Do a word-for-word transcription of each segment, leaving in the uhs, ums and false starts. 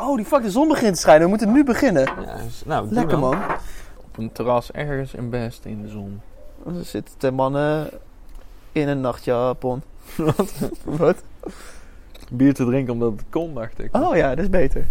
Oh, die fuck, de zon begint te schijnen. We moeten nu beginnen. Ja, dus, nou, lekker man. Op een terras ergens in Best in de zon. Er zitten twee mannen in een nachtjapon. Wat? Wat? Bier te drinken omdat het kon, dacht ik. Oh ja, dat is beter.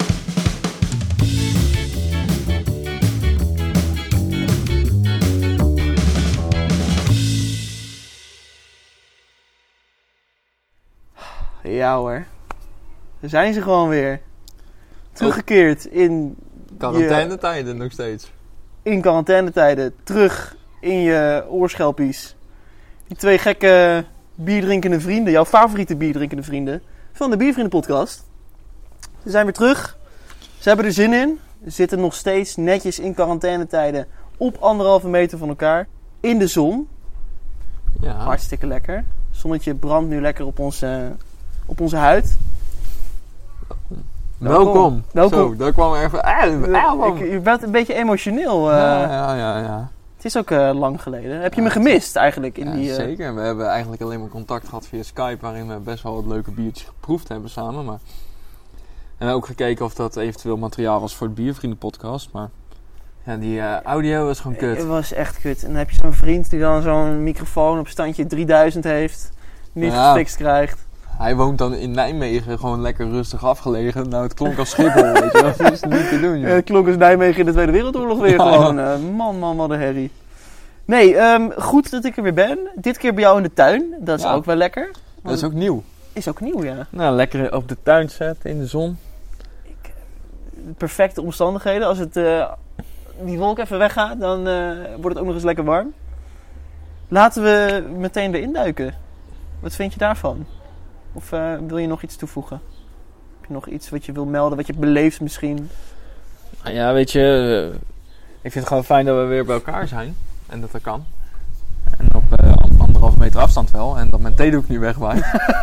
Ja hoor. Daar zijn ze gewoon weer. Teruggekeerd in... Quarantainetijden nog steeds. In quarantainetijden. Terug in je oorschelpies. Die twee gekke bierdrinkende vrienden. Jouw favoriete bierdrinkende vrienden. Van de Biervrienden podcast. Ze zijn weer terug. Ze hebben er zin in. Ze zitten nog steeds netjes in quarantainetijden. Op anderhalve meter van elkaar. In de zon. Ja. Hartstikke lekker. Het zonnetje brandt nu lekker op onze, op onze huid. Welkom. Welkom. Welkom. Zo, daar kwam er even... Ah, ik, je bent een beetje emotioneel. Uh, ja, ja, ja, ja. Het is ook uh, lang geleden. Heb je ja, me gemist eigenlijk? In ja, die, uh... zeker. We hebben eigenlijk alleen maar contact gehad via Skype, waarin we best wel wat leuke biertjes geproefd hebben samen. Maar... En ook gekeken of dat eventueel materiaal was voor de Biervrienden podcast. Maar ja, die uh, audio was gewoon kut. Het was echt kut. En dan heb je zo'n vriend die dan zo'n microfoon op standje drieduizend heeft. Niet ja. gefixt krijgt. Hij woont dan in Nijmegen, gewoon lekker rustig afgelegen. Nou, het klonk als Schiphol, weet je. Dat is niet te doen, joh. Ja, het klonk als Nijmegen in de Tweede Wereldoorlog weer ja, gewoon. Ja. Uh, man, man, wat een herrie. Nee, um, goed dat ik er weer ben. Dit keer bij jou in de tuin. Dat is ja. ook wel lekker. Dat is ook nieuw. Is ook nieuw, ja. Nou, lekker op de tuin zetten, in de zon. Ik, perfecte omstandigheden. Als het, uh, die wolk even weggaat, dan uh, wordt het ook nog eens lekker warm. Laten we meteen erin duiken. Wat vind je daarvan? Of uh, wil je nog iets toevoegen? Heb je nog iets wat je wil melden, wat je beleeft misschien? Ja, weet je, uh, ik vind het gewoon fijn dat we weer bij elkaar zijn. En dat dat kan. En op uh, anderhalve meter afstand wel. En dat mijn theedoek nu wegwaait.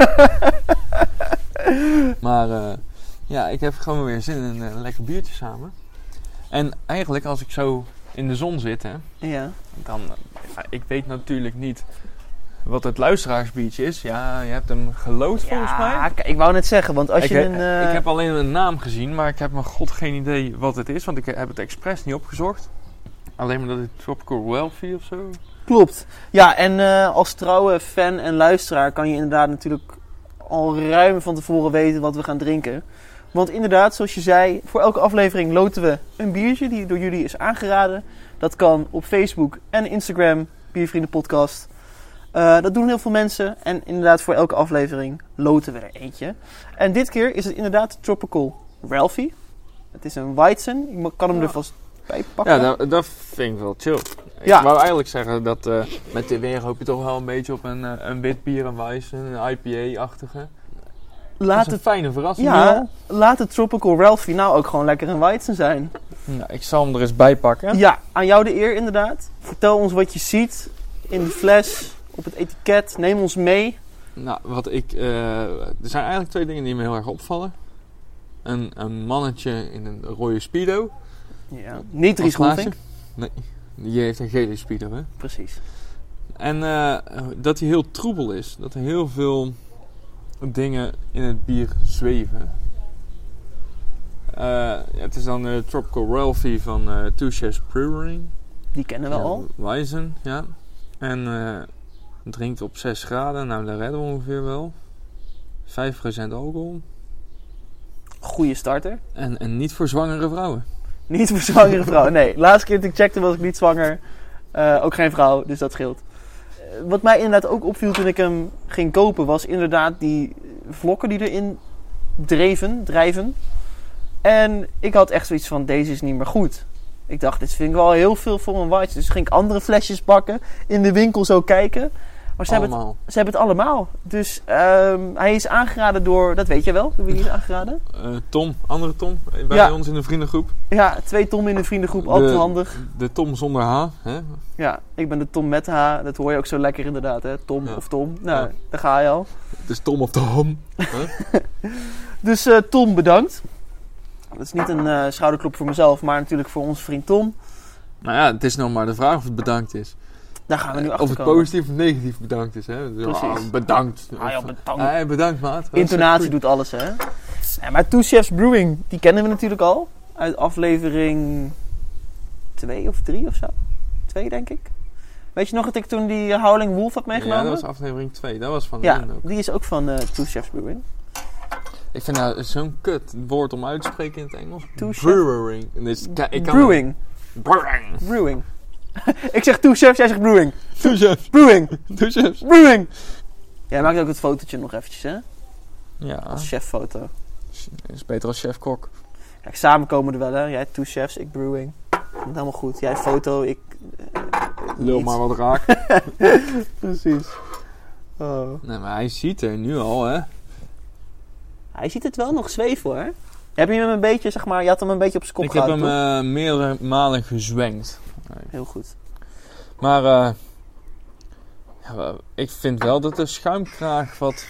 Maar uh, ja, ik heb gewoon weer zin in een lekker biertje samen. En eigenlijk als ik zo in de zon zit, hè, ja. dan, uh, ik weet natuurlijk niet... Wat het luisteraarsbiertje is. Ja, je hebt hem geloot ja, volgens mij. Ik wou net zeggen, want als ik je he, een... Uh... Ik heb alleen een naam gezien, maar ik heb mijn god geen idee wat het is. Want ik heb het expres niet opgezocht. Alleen maar dat het Tropical Wealthy of zo. Klopt. Ja, en uh, als trouwe fan en luisteraar kan je inderdaad natuurlijk al ruim van tevoren weten wat we gaan drinken. Want inderdaad, zoals je zei, voor elke aflevering loten we een biertje die door jullie is aangeraden. Dat kan op Facebook en Instagram, Biervrienden podcast. Uh, dat doen heel veel mensen. En inderdaad, voor elke aflevering loten we er eentje. En dit keer is het inderdaad Tropical Ralphie. Het is een Weizen. Ik kan hem ja. er vast bij pakken. Ja, dat, dat vind ik wel chill. Ja. Ik wou eigenlijk zeggen dat uh, met dit weer hoop je toch wel een beetje op een, uh, een wit bier, een Weizen, een I P A-achtige. Laat dat is een het, fijne verrassing. Ja, laat het Tropical Ralphie nou ook gewoon lekker een Weizen zijn. Nou, ik zal hem er eens bij pakken. Ja, aan jou de eer inderdaad. Vertel ons wat je ziet in de fles... Op het etiket, neem ons mee. Nou, wat ik... Uh, er zijn eigenlijk twee dingen die me heel erg opvallen. Een, een mannetje in een rode Speedo. Ja, niet Dries Roelvink. Nee, die heeft een gele Speedo, hè? Precies. En uh, dat hij heel troebel is. Dat er heel veel dingen in het bier zweven. Uh, het is dan uh, Tropical Ralphie van uh, Two Chefs Brewing. Die kennen we ja, al. Weizen, ja. En... Uh, drinkt op zes graden, nou daar redden we ongeveer wel. vijf procent alcohol. Goeie starter. En, en niet voor zwangere vrouwen. Niet voor zwangere vrouwen, nee. Laatste keer dat ik checkte was ik niet zwanger. Uh, ook geen vrouw, dus dat scheelt. Uh, wat mij inderdaad ook opviel toen ik hem ging kopen was inderdaad die vlokken die erin dreven, drijven. En ik had echt zoiets van, deze is niet meer goed. Ik dacht, dit vind ik wel heel veel voor een Weizen. Dus ging ik andere flesjes pakken, in de winkel zo kijken. Maar ze, hebben het, ze hebben het allemaal. Dus um, hij is aangeraden door, dat weet je wel, door wie is aangeraden? Uh, Tom, andere Tom, bij ja. ons in de vriendengroep. Ja, twee Tom in de vriendengroep, altijd de, handig. De Tom zonder H, hè? Ja, ik ben de Tom met H, dat hoor je ook zo lekker inderdaad, hè? Tom ja. of Tom, nou, ja. daar ga je al. Het is Tom of Tom. Huh? Dus uh, Tom, bedankt. Dat is niet een uh, schouderklop voor mezelf, maar natuurlijk voor onze vriend Tom. Nou ja, het is nog maar de vraag of het bedankt is. Daar gaan we nu Of achter het komen. positief of negatief bedankt is, hè? Dus, Precies. ah, bedankt. Ah, ja, Of, bedankt. ah, bedankt, maat. Dat is Intonatie goed. doet alles, hè. Ja, maar Two Chefs Brewing, die kennen we natuurlijk al. Uit aflevering twee of drie of zo. Twee, denk ik. Weet je nog dat ik toen die Howling Wolf had meegenomen? Ja, dat was aflevering twee. Dat was van Ja, Lin ook. die is ook van uh, Two Chefs Brewing. Ik vind dat zo'n kut woord om uit te spreken in het Engels. Two chef- Brewing. Dus, ik, ik kan Brewing. Brewing. Brewing. Ik zeg Two Chefs, jij zegt Brewing. Two chefs. Brewing. Two chefs. Brewing. Jij maakt ook het fotootje nog eventjes, hè? Ja, Als cheffoto. is beter als chef-kok. Kijk, samen komen we er wel, hè? Jij Two Chefs, ik Brewing. Helemaal goed. Jij foto, ik... Uh, Lul iets. maar wat raak. Precies. Oh. Nee, maar hij ziet er nu al, hè. Hij ziet het wel nog zweven, hoor. Heb je hem een beetje, zeg maar... Je had hem een beetje op zijn kop Ik heb gehouden, hem toch? uh, meerdere malen gezwenkt. Heel goed. Maar uh, ja, ik vind wel dat de schuimkraag wat...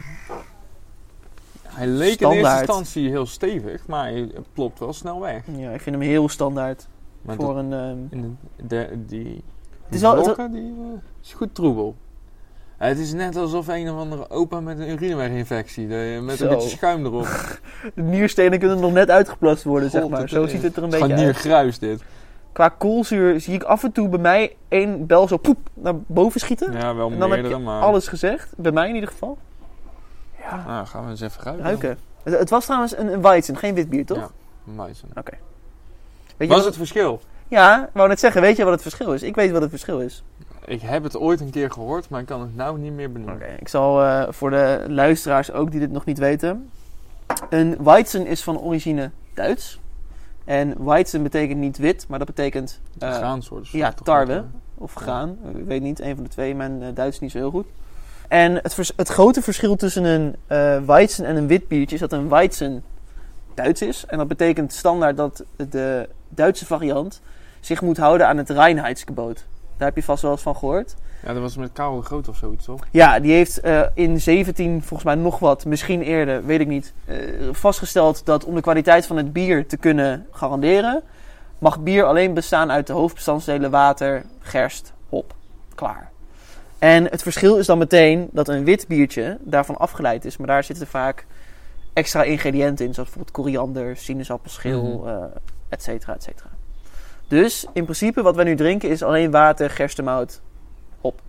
Hij leek Standaard. in eerste instantie heel stevig, maar hij plopt wel snel weg. Ja, ik vind hem heel standaard. Maar voor dat, een... ehm, in de, de, die Het is wel- het- blokken, die uh, is goed troebel. Ja, het is net alsof een of andere opa met een urineweginfectie, de- met Zo. een beetje schuim erop. De nierstenen kunnen nog net uitgeplast worden, zeg God, maar. het Zo is- ziet het er een Het is beetje gewoon uit. niergruis dit. Qua koolzuur zie ik af en toe bij mij één bel zo poep naar boven schieten. Ja, wel en dan heb meerdere, je maar... alles gezegd. Bij mij in ieder geval. Ja, Nou, gaan we eens even ruiken. ruiken. Het, het was trouwens een, een Weizen, geen wit bier, toch? Ja, Weizen. Weet je Wat wat is het verschil? Ja, ik wou net zeggen, weet je wat het verschil is? Ik weet wat het verschil is. Ik heb het ooit een keer gehoord, maar ik kan het nou niet meer benoemen. Oké, ik zal uh, voor de luisteraars ook die dit nog niet weten. Een Weizen is van origine Duits. En Weizen betekent niet wit, maar dat betekent... Uh, Graansoort. ja, tarwe. Of graan, ik weet niet, een van de twee. Mijn uh, Duits is niet zo heel goed. En het, vers- het grote verschil tussen een uh, Weizen en een wit biertje is dat een Weizen Duits is. En dat betekent standaard dat de Duitse variant zich moet houden aan het Reinheitsgebot. Daar heb je vast wel eens van gehoord. Ja, dat was met Karel de Groot of zoiets, toch? Ja, die heeft uh, in zeventien, volgens mij nog wat, misschien eerder, weet ik niet, uh, vastgesteld dat om de kwaliteit van het bier te kunnen garanderen, mag bier alleen bestaan uit de hoofdbestanddelen water, gerst, hop. Klaar. En het verschil is dan meteen dat een wit biertje daarvan afgeleid is, maar daar zitten vaak extra ingrediënten in, zoals bijvoorbeeld koriander, sinaasappelschil, Mm-hmm. uh, et cetera, et cetera. Dus in principe wat wij nu drinken is alleen water, gerstemout, hop.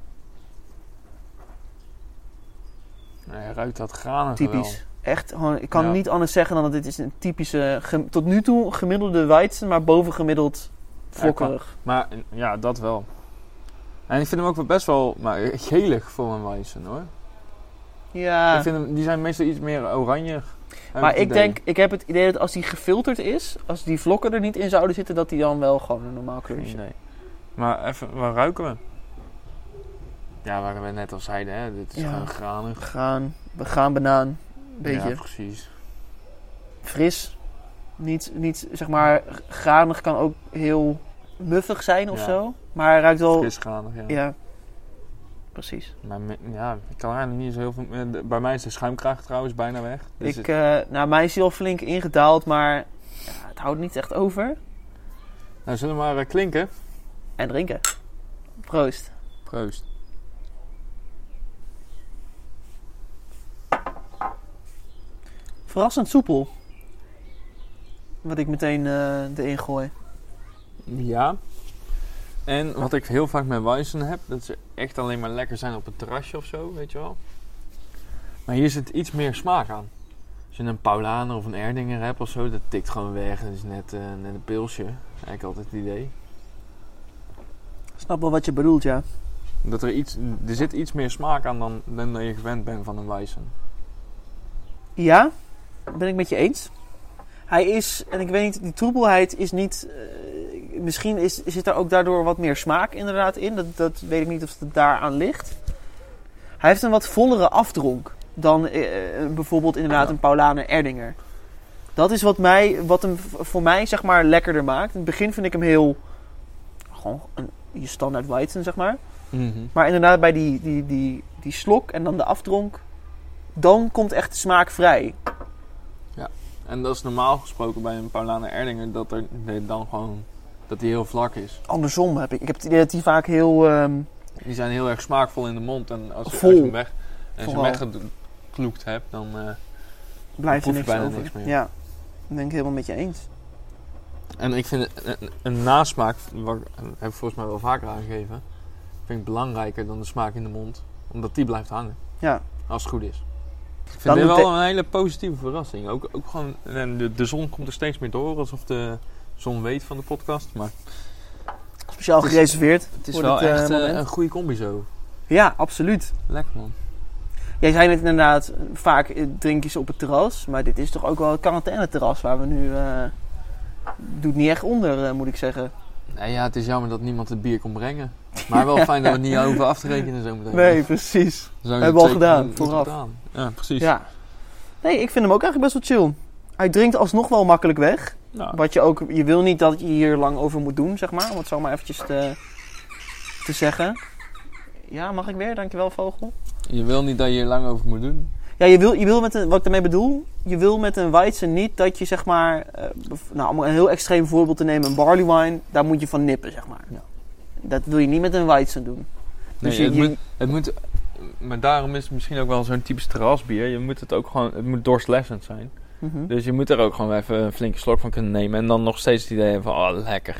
Nee, hij ruikt dat granige wel. Typisch. Echt, gewoon, ik kan Ja. niet anders zeggen dan dat dit is een typische, gem- tot nu toe gemiddelde Weizen, maar bovengemiddeld vlokkerig. Maar ja, dat wel. En ik vind hem ook wel best wel maar, gelig voor een Weizen, hoor. Ja, Ik vind hem, die zijn meestal iets meer oranje. heb maar het ik idee. denk, ik heb het idee dat als die gefilterd is, als die vlokken er niet in zouden zitten, dat die dan wel gewoon een normaal kleurtje is. Nee. Maar even, waar ruiken we? Ja, waar we net al zeiden, hè. Dit is Ja. gewoon granig. Gaan, we gaan banaan, beetje Ja, precies. fris. Niet, niet, zeg maar, granig kan ook heel muffig zijn of Ja. zo. Maar hij ruikt wel, Fris granig, ja. ja, precies. Maar me- ja, ik kan er eigenlijk niet zo heel veel... eh, de- Bij mij is de schuimkraag trouwens bijna weg. Dus Ik, het- uh, nou, mij is hij al flink ingedaald, maar ja, het houdt niet echt over. nou, zullen we maar eh, klinken? En drinken. Proost. Proost. Verrassend soepel. Wat ik meteen uh, erin gooi. Ja. En wat ik heel vaak met Weizen heb, dat ze echt alleen maar lekker zijn op een terrasje of zo, weet je wel. Maar hier zit iets meer smaak aan. Als je een Paulaner of een Erdinger hebt of zo, dat tikt gewoon weg. Dat is net, uh, net een pilsje. Eigenlijk altijd het idee. Ik snap wel wat je bedoelt, ja. Dat er iets, er zit iets meer smaak aan dan, dan dat je gewend bent van een Weizen. Ja, ben ik met je eens. Hij is, en ik weet niet, die troebelheid is niet... Uh, misschien is, zit er ook daardoor wat meer smaak inderdaad in. Dat, dat weet ik niet of het daaraan ligt. Hij heeft een wat vollere afdronk dan uh, bijvoorbeeld inderdaad Ja. een Paulaner Erdinger. Dat is wat, mij, wat hem voor mij zeg maar lekkerder maakt. In het begin vind ik hem heel... Gewoon een, je standaard Weizen, zeg maar. Mm-hmm. Maar inderdaad bij die, die, die, die slok en dan de afdronk... Dan komt echt de smaak vrij. En dat is normaal gesproken bij een Paulaner Erdinger, dat er dat je dan gewoon dat die heel vlak is. Andersom heb ik. Ik heb het idee dat die vaak heel... Um, die zijn heel erg smaakvol in de mond. En als, vol. als je hem weg, als je hem weggekloekt hebt, dan uh, blijft er niks bijna over. Niks meer. Ja, dat ben ik helemaal met je eens. En ik vind een, een nasmaak, wat heb ik volgens mij wel vaker aangegeven, vind ik belangrijker dan de smaak in de mond. Omdat die blijft hangen. Ja. Als het goed is. Ik vind Dan dit wel de- een hele positieve verrassing. Ook, ook gewoon, en de, de zon komt er steeds meer door, alsof de zon weet van de podcast. Maar Speciaal Het is- gereserveerd. het is voor wel dit, uh, echt uh, moment. een goede combi zo. Ja, absoluut. Lekker man. Jij zei net inderdaad, vaak eh, drink je ze op het terras. Maar dit is toch ook wel een quarantaine-terras waar we nu... Uh, doet niet echt onder, uh, moet ik zeggen. Nee, ja, het is jammer dat niemand het bier kon brengen. Maar wel fijn dat we het niet over af te rekenen zo meteen. Nee, precies. Dat hebben we al gedaan, Vooraf. vooraf. Gedaan. Ja, precies. Ja. Nee, ik vind hem ook eigenlijk best wel chill. Hij drinkt alsnog wel makkelijk weg. Nou, Wat je ook... Je wil niet dat je hier lang over moet doen, zeg maar. Om het zo maar eventjes te, te zeggen. Ja, mag ik weer? Dankjewel, Vogel. je wil niet dat je hier lang over moet doen. Ja, je wil, je wil met een, wat ik daarmee bedoel, je wil met een Weizen niet dat je zeg maar, uh, nou om een heel extreem voorbeeld te nemen, een barley wine, daar moet je van nippen zeg maar. Ja. Dat wil je niet met een Weizen doen. Nee, Dus je, het, je- moet, het moet... Maar daarom is het misschien ook wel zo'n typisch terrasbier. Je moet het ook gewoon... Het moet dorstlessend zijn. Mhm. Dus je moet er ook gewoon even een flinke slok van kunnen nemen. En dan nog steeds het idee hebben van... Oh, lekker.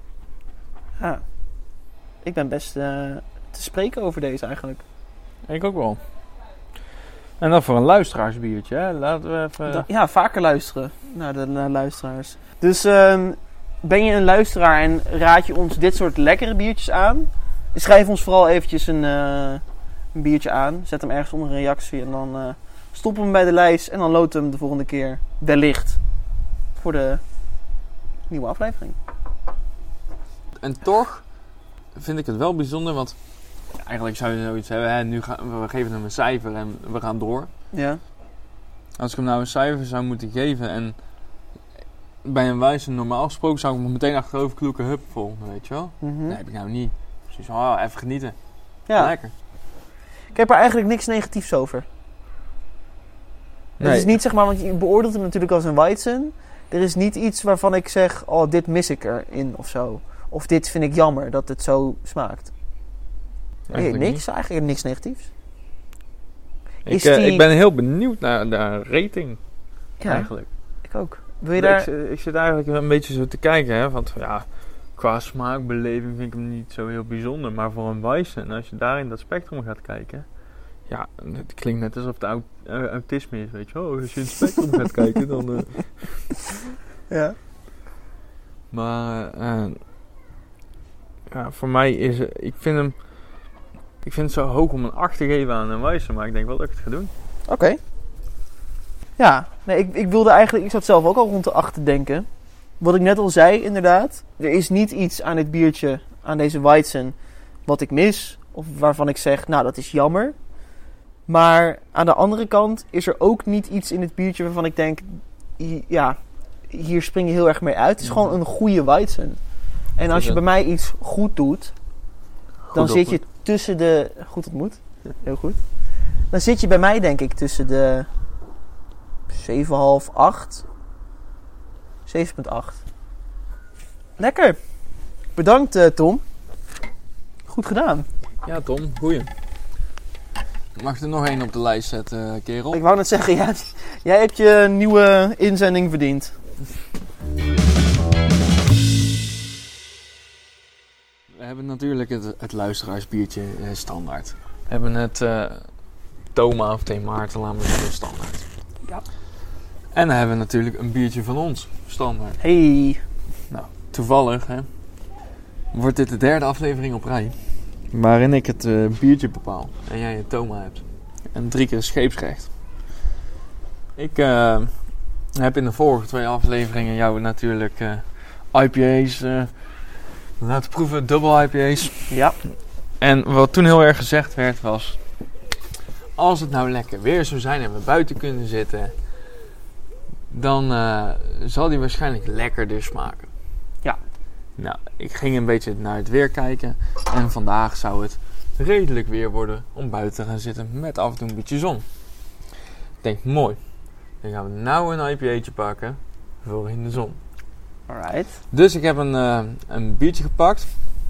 Ja. Ik ben best uh, te spreken over deze eigenlijk. Ik ook wel. En dan voor een luisteraarsbiertje, hè. Laten we even... Da- ja, vaker luisteren naar de naar luisteraars. Dus um, ben je een luisteraar en raad je ons dit soort lekkere biertjes aan? Schrijf ons vooral eventjes een, uh, een biertje aan. Zet hem ergens onder een reactie en dan uh, stop hem bij de lijst. En dan lood hem de volgende keer wellicht voor de nieuwe aflevering. En toch vind ik het wel bijzonder, want... Eigenlijk zou je zoiets hebben, hè. Nu gaan we geven hem een cijfer en we gaan door. Ja. Als ik hem nou een cijfer zou moeten geven en... Bij een wijze normaal gesproken zou ik hem meteen achterover kloeken, hup, vol, weet je wel. Mm-hmm. Dat heb ik nou niet. Dus oh, even genieten. Ja. Lekker. Ik heb er eigenlijk niks negatiefs over. Nee. Het is niet zeg maar, want je beoordeelt hem natuurlijk als een Weizen. Er is niet iets waarvan ik zeg, oh dit mis ik erin of zo. Of dit vind ik jammer dat het zo smaakt. Nee, Eigenlijk niks, eigenlijk niks negatiefs. Ik, Is eh, die- ik ben heel benieuwd naar de rating, Ja, eigenlijk. ik ook. Wil je Ik, daar... zit- ik zit eigenlijk een beetje zo te kijken, hè. Want ja, qua smaakbeleving vind ik hem niet zo heel bijzonder. Maar voor een Weizen, als je daar in dat spectrum gaat kijken... Ja, het klinkt net alsof het aut- uh, autisme is, weet je wel. Als je in het spectrum gaat kijken, dan... Uh... Ja. Maar uh, ja, voor mij is... Uh, ik vind hem... Ik vind het zo hoog om een acht te geven aan een Weizen, maar ik denk wel dat ik het ga doen. Oké. Okay. Ja, nee, ik, ik wilde eigenlijk... Ik zat zelf ook al rond de acht te denken. Wat ik net al zei, inderdaad. Er is niet iets aan dit biertje, aan deze Weizen, wat ik mis. Of waarvan ik zeg, nou, dat is jammer. Maar aan de andere kant is er ook niet iets in het biertje waarvan ik denk... hi- Ja, hier spring je heel erg mee uit. Het is Mhm. gewoon een goede Weizen. En als je bij mij iets goed doet... Dan zit je tussen de... Goed ontmoet. Heel goed. Dan zit je bij mij denk ik tussen de... zeven komma vijf, acht. zeven komma acht. Lekker. Bedankt uh, Tom. Goed gedaan. Ja, Tom, goeie. Mag ik er nog één op de lijst zetten, kerel? Ik wou net zeggen, jij, jij hebt je nieuwe inzending verdiend. We hebben natuurlijk het, het luisteraarsbiertje eh, standaard. We hebben het uh, Toma of T. Maarten, laten we zeggen, standaard. Ja. En dan hebben we natuurlijk een biertje van ons, standaard. Hey. Nou, toevallig, hè, wordt dit de derde aflevering op rij. Waarin ik het uh, biertje bepaal. En jij het Toma hebt. En drie keer scheepsrecht. Ik uh, heb in de vorige twee afleveringen jou natuurlijk uh, I P A's uh, laten proeven. Double I P A's. Ja. En wat toen heel erg gezegd werd was... Als het nou lekker weer zou zijn en we buiten kunnen zitten... Dan uh, zal die waarschijnlijk lekkerder smaken. Ja. Nou, ik ging een beetje naar het weer kijken. En vandaag zou het redelijk weer worden om buiten te gaan zitten met af en toe een beetje zon. Ik denk, mooi. Dan gaan we nou een I P A'tje pakken voor in de zon. Alright. Dus ik heb een, uh, een biertje gepakt.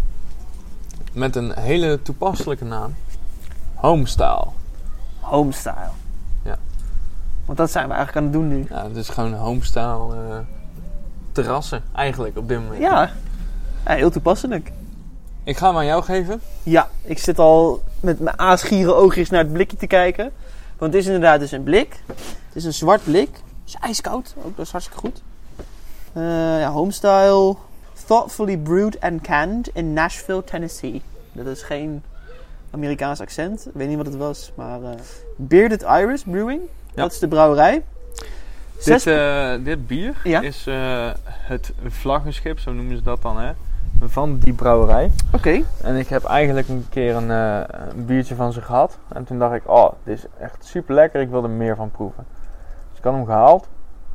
Met een hele toepasselijke naam. Homestyle. Homestyle. Ja. Want dat zijn we eigenlijk aan het doen nu. Ja, het is gewoon homestyle uh, terrassen eigenlijk op dit moment. Ja. Ja, heel toepasselijk. Ik ga hem aan jou geven. Ja, ik zit al met mijn aasgieren oogjes naar het blikje te kijken. Want het is inderdaad dus een blik. Het is een zwart blik. Het is ijskoud. Ook dat is hartstikke goed. Uh, ja, Homestyle. Thoughtfully brewed and canned in Nashville, Tennessee. Dat is geen Amerikaans accent. Ik weet niet wat het was. Maar uh, Bearded Iris Brewing. Ja. Dat is de brouwerij. Dit, uh, dit bier ja? is uh, het vlaggenschip, zo noemen ze dat dan, hè, van die brouwerij. Oké. Okay. En ik heb eigenlijk een keer een, uh, een biertje van ze gehad. En toen dacht ik, oh, dit is echt super lekker. Ik wil er meer van proeven. Dus ik had hem gehaald.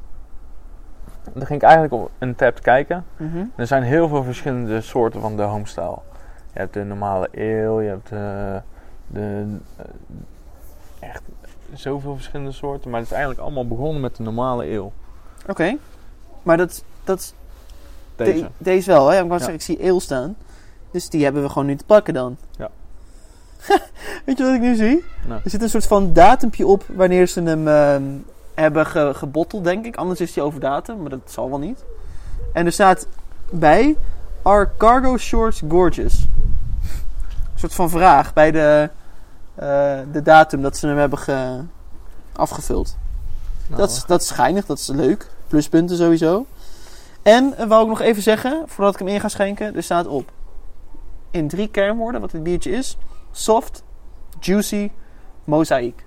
En toen ging ik eigenlijk op een tap kijken. Mm-hmm. Er zijn heel veel verschillende soorten van de homestyle. Je hebt de normale ale, je hebt de, de uh, echt zoveel verschillende soorten. Maar het is eigenlijk allemaal begonnen met de normale ale. Oké. Okay. Maar dat, dat Deze. De, deze wel, hè? Ik, ja. zeggen, ik zie ale staan. Dus die hebben we gewoon nu te pakken dan. Ja. Weet je wat ik nu zie? Nou. Er zit een soort van datumpje op wanneer ze hem uh, hebben ge, gebotteld, denk ik. Anders is hij over datum, maar dat zal wel niet. En er staat bij... Are cargo shorts gorgeous? Een soort van vraag bij de, uh, de datum dat ze hem hebben ge, afgevuld. Nou, dat, is, dat is schijnig, dat is leuk. Pluspunten sowieso. En uh, wou ik nog even zeggen, voordat ik hem in ga schenken, er staat op. In drie kernwoorden, wat dit biertje is. Soft, juicy, mozaïek.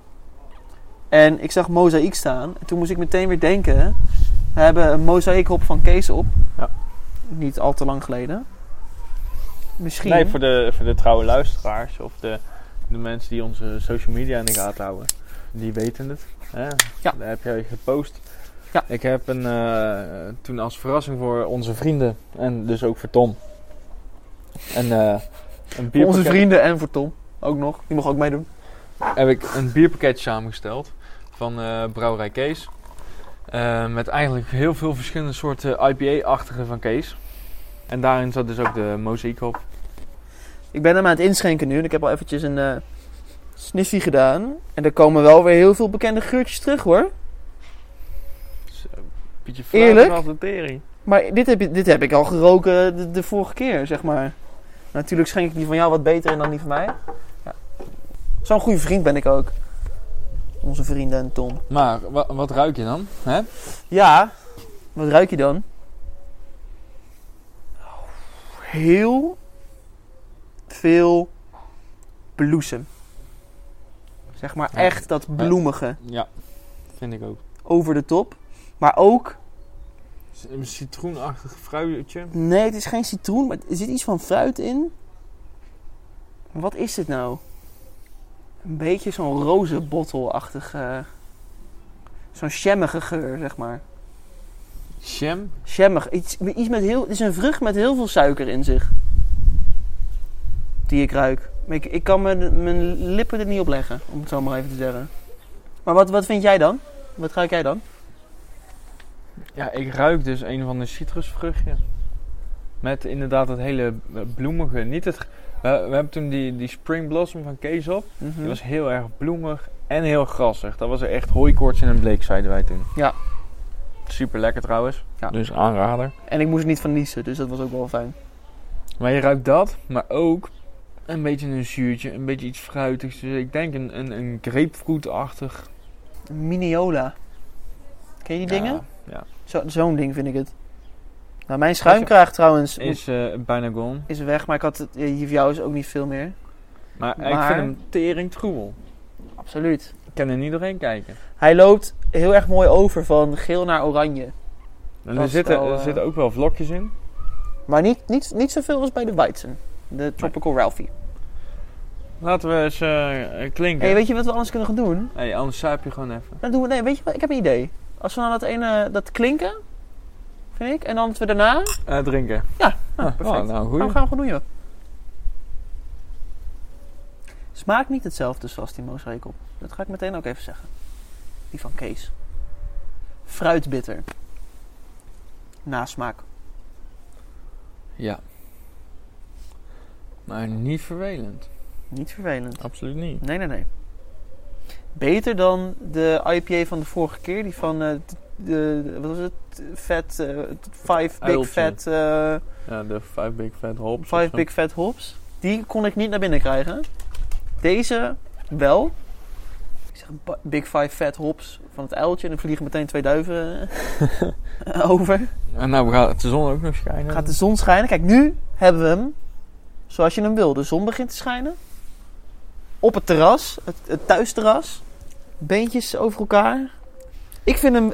En ik zag mozaïek staan. En toen moest ik meteen weer denken. We hebben een mozaïekhop van Kees op. Ja. Niet al te lang geleden. Misschien. Nee, voor de, voor de trouwe luisteraars. Of de, de mensen die onze social media in de gaten houden. Die weten het. Hè? Ja. Daar heb jij gepost. Ja. Ik heb een, uh, toen als verrassing voor onze vrienden. En dus ook voor Tom. En, uh, een voor onze vrienden en voor Tom. Ook nog. Die mag ook meedoen. Heb ik een bierpakketje samengesteld. Van uh, Brouwerij Kees. Uh, met eigenlijk heel veel verschillende soorten I P A-achtige van Kees. En daarin zat dus ook de mozaïekhop. Ik ben hem aan het inschenken nu. En ik heb al eventjes een uh, sniffie gedaan. En er komen wel weer heel veel bekende geurtjes terug, hoor. Zo, beetje eerlijk. Als de tering. Maar dit heb, dit heb ik al geroken de, de vorige keer, zeg maar. Natuurlijk schenk ik die van jou wat beter in dan die van mij. Ja. Zo'n goede vriend ben ik ook. Onze vrienden en Tom. Maar, wat, wat ruik je dan? Hè? Ja, wat ruik je dan? Heel veel bloesem. Zeg maar ja. echt dat bloemige. Ja, vind ik ook. Over de top. Maar ook... Een citroenachtig fruitje. Nee, het is geen citroen, maar er zit iets van fruit in. Wat is dit nou? Een beetje zo'n rozenbottelachtig... Uh, zo'n shammige geur, zeg maar. Sham? Shammig. Iets, iets met heel... Het is een vrucht met heel veel suiker in zich. Die ik ruik. Ik, ik kan mijn, mijn lippen er niet op leggen, om het zo maar even te zeggen. Maar wat, wat vind jij dan? Wat ruik jij dan? Ja, ik ruik dus een van de citrusvruchtje. Met inderdaad het hele bloemige. Niet het, we, we hebben toen die, die Spring Blossom van Kees op. Mm-hmm. Die was heel erg bloemig en heel grassig. Dat was er echt hooikoorts in een bleek, zeiden wij toen. Ja. Super lekker trouwens. Ja. Dus aanrader. En ik moest er niet van niezen, dus dat was ook wel fijn. Maar je ruikt dat, maar ook een beetje een zuurtje, een beetje iets fruitigs. Dus ik denk een, een, een grapefruitachtig. Miniola. Ken je die Ja, dingen? ja. Zo, zo'n ding vind ik het. Nou, mijn schuimkraag trouwens Is uh, bijna gone. is weg, maar ik had het, hier voor jou is ook niet veel meer. Maar, Maar- ik vind hem tering troebel. Absoluut. Ik kan er niet doorheen kijken. Hij loopt heel erg mooi over van geel naar oranje. En Dat er is zitten, wel, er uh, zitten ook wel vlokjes in. Maar niet, niet, niet zoveel als bij de Weizen. De Tropical Ralphie. Laten we eens uh, klinken. Hey, weet je wat we anders kunnen gaan doen? Hey, anders suip je gewoon even. Dan doen we, nee, weet je wat? Ik heb een idee. Als we nou dat ene, dat klinken, vind ik, en dan dat we daarna... Uh, drinken. Ja, nou, Ah, perfect. oh, nou, Nou, goeie. we gaan gewoon doen, joh. Smaakt niet hetzelfde zoals die mozaïekhop. Dat ga ik meteen ook even zeggen. Die van Kees. Fruitbitter. Nasmaak. Ja. Maar niet vervelend. Niet vervelend. Absoluut niet. Nee, nee, nee. Beter dan de I P A van de vorige keer. Die van, uh, de, de, wat was het? Vet, uh, Five Big Uiltje. Fat... Uh, Ja, de Five Big Fat Hops. Five Big Fat Hops. Die kon ik niet naar binnen krijgen. Deze wel. Ik zeg ba- Big Five Fat Hops van het uiltje. En dan vliegen meteen twee duiven uh, over. En nou gaat de zon ook nog schijnen. Gaat de zon schijnen. Kijk, nu hebben we hem zoals je hem wil. De zon begint te schijnen. Op het terras. Het, het thuisterras. Beentjes over elkaar. Ik vind hem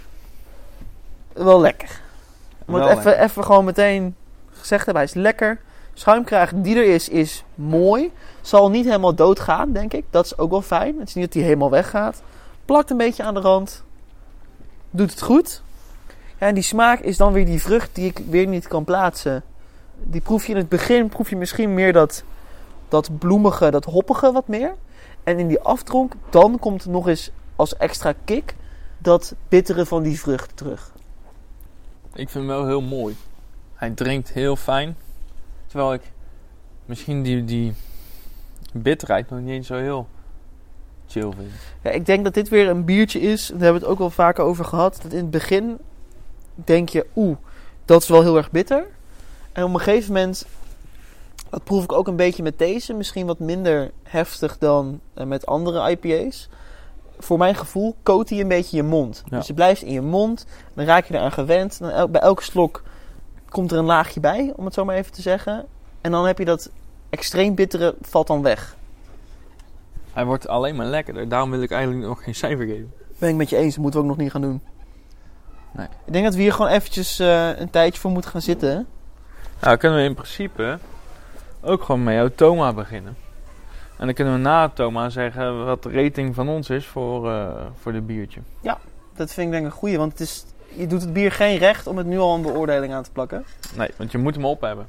wel lekker. Om het Wel even, lekker. even gewoon meteen gezegd hebben. Hij is lekker. Schuimkraag die er is, is mooi. Zal niet helemaal doodgaan, denk ik. Dat is ook wel fijn. Het is niet dat hij helemaal weggaat. Plakt een beetje aan de rand. Doet het goed. Ja, en die smaak is dan weer die vrucht die ik weer niet kan plaatsen. Die proef je in het begin, proef je misschien meer dat, dat bloemige, dat hoppige wat meer. En in die aftronk, dan komt er nog eens als extra kick dat bittere van die vrucht terug. Ik vind hem wel heel mooi. Hij drinkt heel fijn. Terwijl ik misschien die, die bitterheid nog niet eens zo heel chill vind. Ja, ik denk dat dit weer een biertje is. Daar hebben we het ook wel vaker over gehad. Dat in het begin denk je, oeh, dat is wel heel erg bitter. En op een gegeven moment, dat proef ik ook een beetje met deze. Misschien wat minder heftig dan uh, met andere I P A's. Voor mijn gevoel coat hij een beetje je mond. Ja. Dus je blijft in je mond. Dan raak je eraan gewend. Dan el- bij elke slok komt er een laagje bij, om het zo maar even te zeggen. En dan heb je dat extreem bittere, valt dan weg. Hij wordt alleen maar lekkerder. Daarom wil ik eigenlijk nog geen cijfer geven. Ben ik met je eens, dat moeten we ook nog niet gaan doen. Nee. Ik denk dat we hier gewoon eventjes uh, een tijdje voor moeten gaan zitten. Nou, dan kunnen we in principe ook gewoon met jouw Toma beginnen. En dan kunnen we na Toma zeggen wat de rating van ons is voor, uh, voor dit biertje. Dat vind ik denk ik een goeie, want het is, je doet het bier geen recht om het nu al een beoordeling aan te plakken. Nee, want je moet hem op hebben.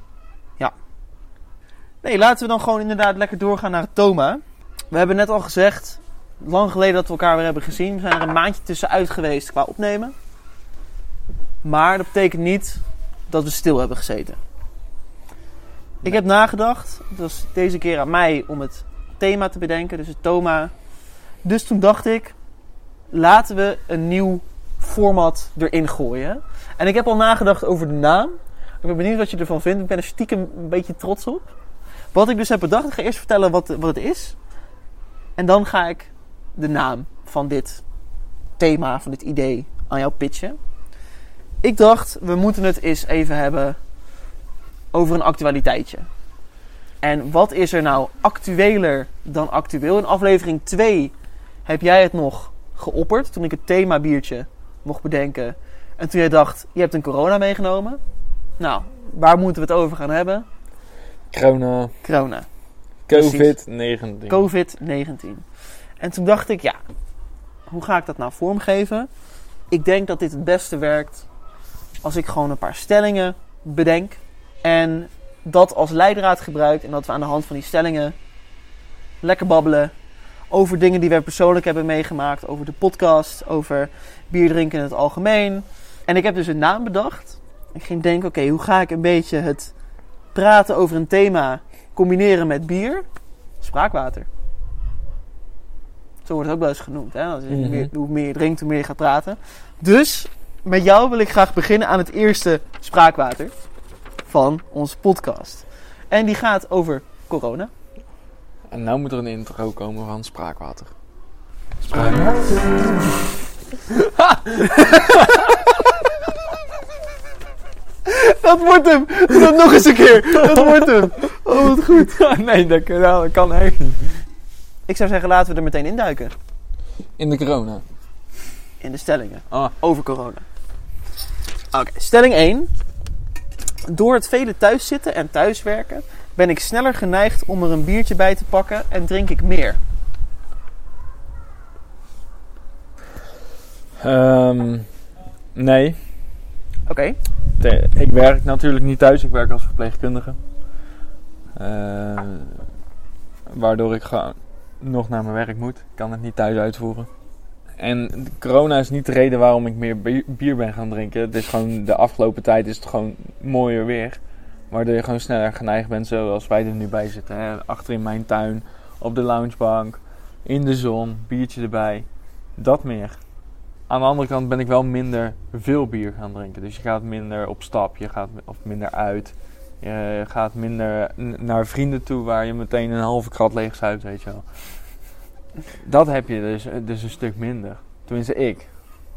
Nee, laten we dan gewoon inderdaad lekker doorgaan naar het Toma. We hebben net al gezegd, lang geleden dat we elkaar weer hebben gezien. We zijn er een maandje tussenuit geweest qua opnemen. Maar dat betekent niet dat we stil hebben gezeten. Ik heb nagedacht, het was deze keer aan mij om het thema te bedenken, dus het Toma. Dus toen dacht ik, laten we een nieuw format erin gooien. En ik heb al nagedacht over de naam. Ik ben benieuwd wat je ervan vindt. Ik ben er stiekem een beetje trots op. Wat ik dus heb bedacht, ik ga eerst vertellen wat, wat het is. En dan ga ik de naam van dit thema, van dit idee aan jou pitchen. Ik dacht, we moeten het eens even hebben over een actualiteitje. En wat is er nou actueler dan actueel? In aflevering twee heb jij het nog geopperd, toen ik het thema biertje mocht bedenken. En toen jij dacht, je hebt een corona meegenomen. Nou, waar moeten we het over gaan hebben? Corona. Corona. covid negentien. covid negentien. En toen dacht ik, ja, hoe ga ik dat nou vormgeven? Ik denk dat dit het beste werkt als ik gewoon een paar stellingen bedenk. En dat als leidraad gebruik. En dat we aan de hand van die stellingen lekker babbelen over dingen die wij persoonlijk hebben meegemaakt. Over de podcast, over bier drinken in het algemeen. En ik heb dus een naam bedacht. Ik ging denken, oké, okay, hoe ga ik een beetje het praten over een thema combineren met bier? Spraakwater. Zo wordt het ook wel eens genoemd. Hè? Als je Mm-hmm. meer, hoe meer je drinkt, hoe meer je gaat praten. Dus met jou wil ik graag beginnen aan het eerste spraakwater van onze podcast. En die gaat over corona. En nou moet er een intro komen van Spraakwater. Spraakwater. Dat wordt hem. Doe dat nog eens een keer. Dat wordt hem. Oh, wat goed. Nee, dat kan, dat kan echt niet. Ik zou zeggen, laten we er meteen induiken. In de corona. In de stellingen. Ah. Over corona. Oké, okay, stelling één. Door het vele thuiszitten en thuiswerken ben ik sneller geneigd om er een biertje bij te pakken en drink ik meer. Um, nee. Oké. Okay. Te, ik werk natuurlijk niet thuis, ik werk als verpleegkundige. Uh, waardoor ik gewoon nog naar mijn werk moet. Ik kan het niet thuis uitvoeren. En corona is niet de reden waarom ik meer bier ben gaan drinken. Het is gewoon, de afgelopen tijd is het gewoon mooier weer. Waardoor je gewoon sneller geneigd bent, zoals wij er nu bij zitten. Hè? Achter in mijn tuin, op de loungebank, in de zon, biertje erbij. Dat meer. Aan de andere kant ben ik wel minder veel bier gaan drinken. Dus je gaat minder op stap, je gaat of minder uit. Je gaat minder naar vrienden toe waar je meteen een halve krat leeg zuipt, weet je wel. Dat heb je dus, dus een stuk minder. Tenminste, ik.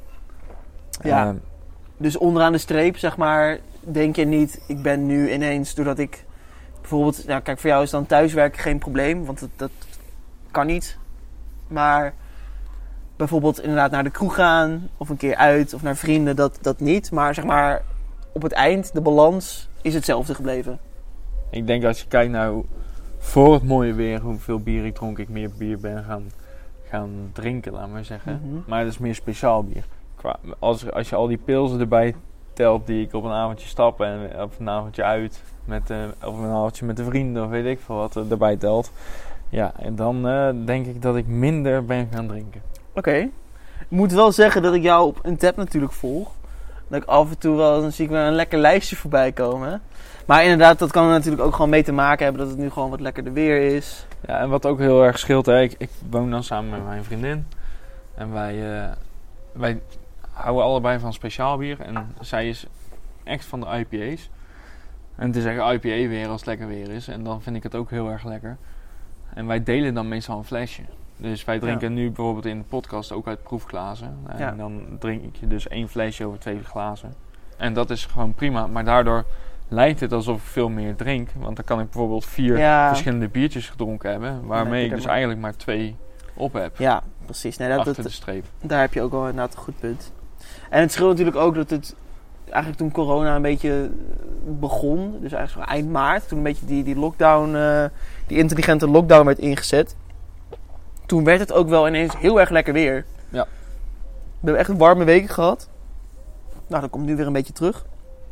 Ja. Uh, Dus onderaan de streep, zeg maar, denk je niet, ik ben nu ineens, doordat ik bijvoorbeeld, nou kijk, voor jou is dan thuiswerken geen probleem, want dat, dat kan niet. Maar bijvoorbeeld inderdaad naar de kroeg gaan, of een keer uit, of naar vrienden, dat, dat niet. Maar zeg maar, op het eind, de balans is hetzelfde gebleven. Ik denk als je kijkt naar hoe, voor het mooie weer, hoeveel bier ik dronk, ik meer bier ben gaan, gaan drinken, laat maar zeggen. Mm-hmm. Maar dat is meer speciaal bier. Als, als je al die pilsen erbij telt die ik op een avondje stap en op een avondje uit met, uh, of een avondje met de vrienden of weet ik veel wat uh, erbij telt. Ja, en dan uh, denk ik dat ik minder ben gaan drinken. Oké. Okay. Ik moet wel zeggen dat ik jou op een tab natuurlijk volg. Dat ik af en toe wel, dan zie ik wel een lekker lijstje voorbij komen. Maar inderdaad, dat kan er natuurlijk ook gewoon mee te maken hebben dat het nu gewoon wat lekkerder weer is. Ja, en wat ook heel erg scheelt, hè, ik, ik woon dan samen met mijn vriendin. En wij, uh, wij houden allebei van speciaal bier. En zij is echt van de I P A's. En het is echt I P A weer als het lekker weer is. En dan vind ik het ook heel erg lekker. En wij delen dan meestal een flesje. Dus wij drinken ja. nu bijvoorbeeld in de podcast ook uit proefglazen. En ja. dan drink ik dus één flesje over twee glazen. En dat is gewoon prima. Maar daardoor lijkt het alsof ik veel meer drink. Want dan kan ik bijvoorbeeld vier ja. verschillende biertjes gedronken hebben. Waarmee ik dus maar. eigenlijk maar twee op heb. Ja, precies. Nee, dat, achter dat, de streep. Daar heb je ook wel inderdaad een goed punt. En het scheelt natuurlijk ook dat het eigenlijk toen corona een beetje begon. Dus eigenlijk zo eind maart. Toen een beetje die, die lockdown, uh, die intelligente lockdown werd ingezet. Toen werd het ook wel ineens heel erg lekker weer. Ja. We hebben echt een warme weken gehad. Nou, dat komt nu weer een beetje terug.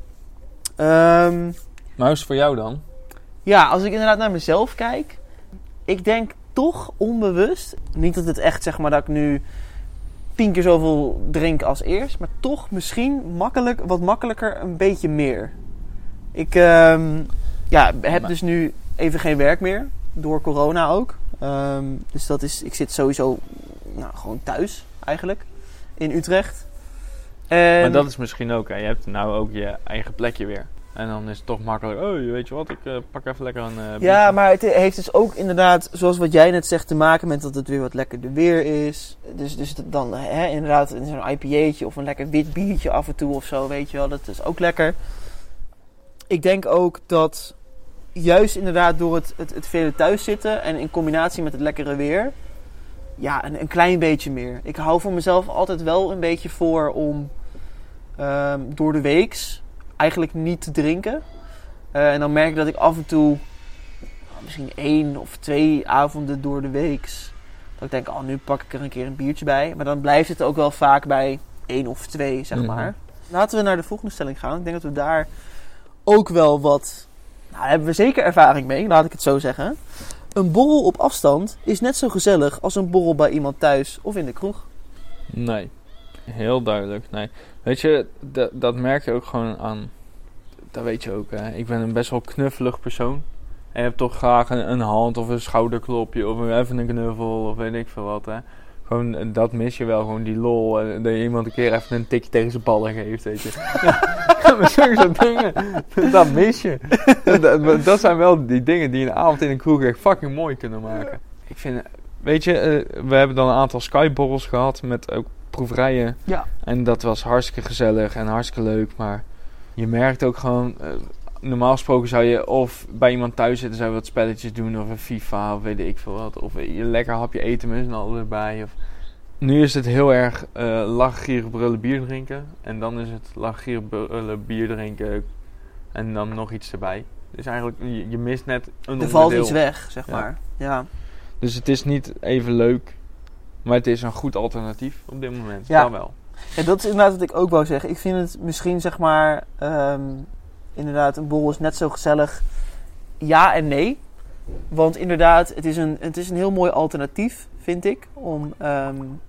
Um, maar hoe is het voor jou dan? Ja, als ik inderdaad naar mezelf kijk. Ik denk toch onbewust. Niet dat het echt, zeg maar, dat ik nu tien keer zoveel drink als eerst. Maar toch misschien makkelijk, wat makkelijker een beetje meer. Ik um, ja, heb dus nu even geen werk meer. Door corona ook. Um, dus dat is, ik zit sowieso nou, gewoon thuis eigenlijk. In Utrecht. En maar dat is misschien ook, hè. Je hebt nou ook je eigen plekje weer. En dan is het toch makkelijk, oh, weet je wat, ik uh, pak even lekker een uh, ja, maar het heeft dus ook inderdaad, zoals wat jij net zegt, te maken met dat het weer wat lekkerder weer is. Dus, dus dan hè, inderdaad zo'n I P A'tje of een lekker wit biertje af en toe of zo, weet je wel. Dat is ook lekker. Ik denk ook dat juist inderdaad door het, het, het vele thuis zitten en in combinatie met het lekkere weer, ja, een, een klein beetje meer. Ik hou voor mezelf altijd wel een beetje voor om um, door de weeks eigenlijk niet te drinken. Uh, en dan merk ik dat ik af en toe, misschien één of twee avonden door de weeks, dat ik denk, oh, nu pak ik er een keer een biertje bij. Maar dan blijft het ook wel vaak bij één of twee, zeg maar. Mm-hmm. Laten we naar de volgende stelling gaan. Ik denk dat we daar ook wel wat, nou, daar hebben we zeker ervaring mee, laat ik het zo zeggen. Een borrel op afstand is net zo gezellig als een borrel bij iemand thuis of in de kroeg. Nee, heel duidelijk. Nee. Weet je, d- dat merk je ook gewoon aan, dat weet je ook, hè. Ik ben een best wel knuffelig persoon. En je hebt toch graag een, een hand of een schouderklopje of even een knuffel of weet ik veel wat, hè. Gewoon, dat mis je wel, gewoon die lol. En dat je iemand een keer even een tikje tegen zijn ballen geeft, weet je. Ja, maar zulke dingen, dat mis je. Dat, dat zijn wel die dingen die een avond in een kroeg echt fucking mooi kunnen maken. Ik vind, weet je, uh, we hebben dan een aantal Skyborrels gehad met ook proeverijen. Ja. En dat was hartstikke gezellig en hartstikke leuk, maar je merkt ook gewoon, uh, normaal gesproken zou je of bij iemand thuis zitten, zou je wat spelletjes doen, of een FIFA, of weet ik veel wat. Of je lekker hapje eten met z'n allen erbij. Of... Nu is het heel erg uh, lachen, gieren, brullen, bier drinken. En dan is het lachen, gieren, brullen, bier drinken en dan nog iets erbij. Dus eigenlijk, je, je mist net een onderdeel. Er valt iets weg, zeg ja. maar. Ja. Dus het is niet even leuk, maar het is een goed alternatief op dit moment. Ja. Dat wel. Ja, dat is inderdaad wat ik ook wou zeggen. Ik vind het misschien, zeg maar, um, inderdaad, een borrel is net zo gezellig. Ja en nee. Want inderdaad, het is een, het is een heel mooi alternatief, vind ik. Om um,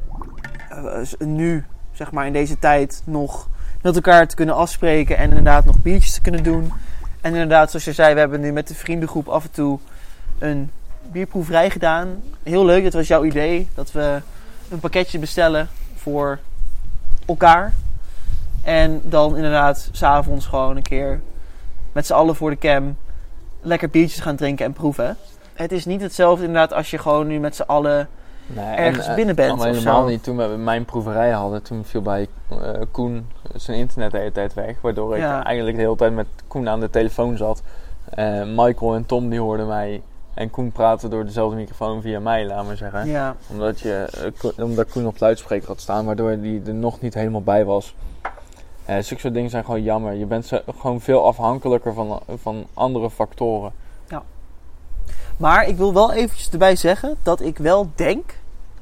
uh, nu, zeg maar, in deze tijd nog met elkaar te kunnen afspreken. En inderdaad nog biertjes te kunnen doen. En inderdaad, zoals je zei, we hebben nu met de vriendengroep af en toe een bierproeverij gedaan. Heel leuk, dat was jouw idee. Dat we een pakketje bestellen voor elkaar. En dan inderdaad 's avonds gewoon een keer met z'n allen voor de cam lekker biertjes gaan drinken en proeven. Het is niet hetzelfde inderdaad als je gewoon nu met z'n allen Nee, ergens en, binnen bent. Maar of helemaal zo. niet. Toen we mijn proeverij hadden, toen viel bij uh, Koen zijn internet de hele tijd weg. Waardoor ik Ja. eigenlijk de hele tijd met Koen aan de telefoon zat. Uh, Michael en Tom die hoorden mij en Koen praten door dezelfde microfoon via mij, laat maar zeggen. Ja. Omdat, je, uh, Ko- omdat Koen op de luidspreker had staan, waardoor die er nog niet helemaal bij was. Uh, zulke soort dingen zijn gewoon jammer. Je bent zo, gewoon veel afhankelijker van, van andere factoren. Maar ik wil wel eventjes erbij zeggen dat ik wel denk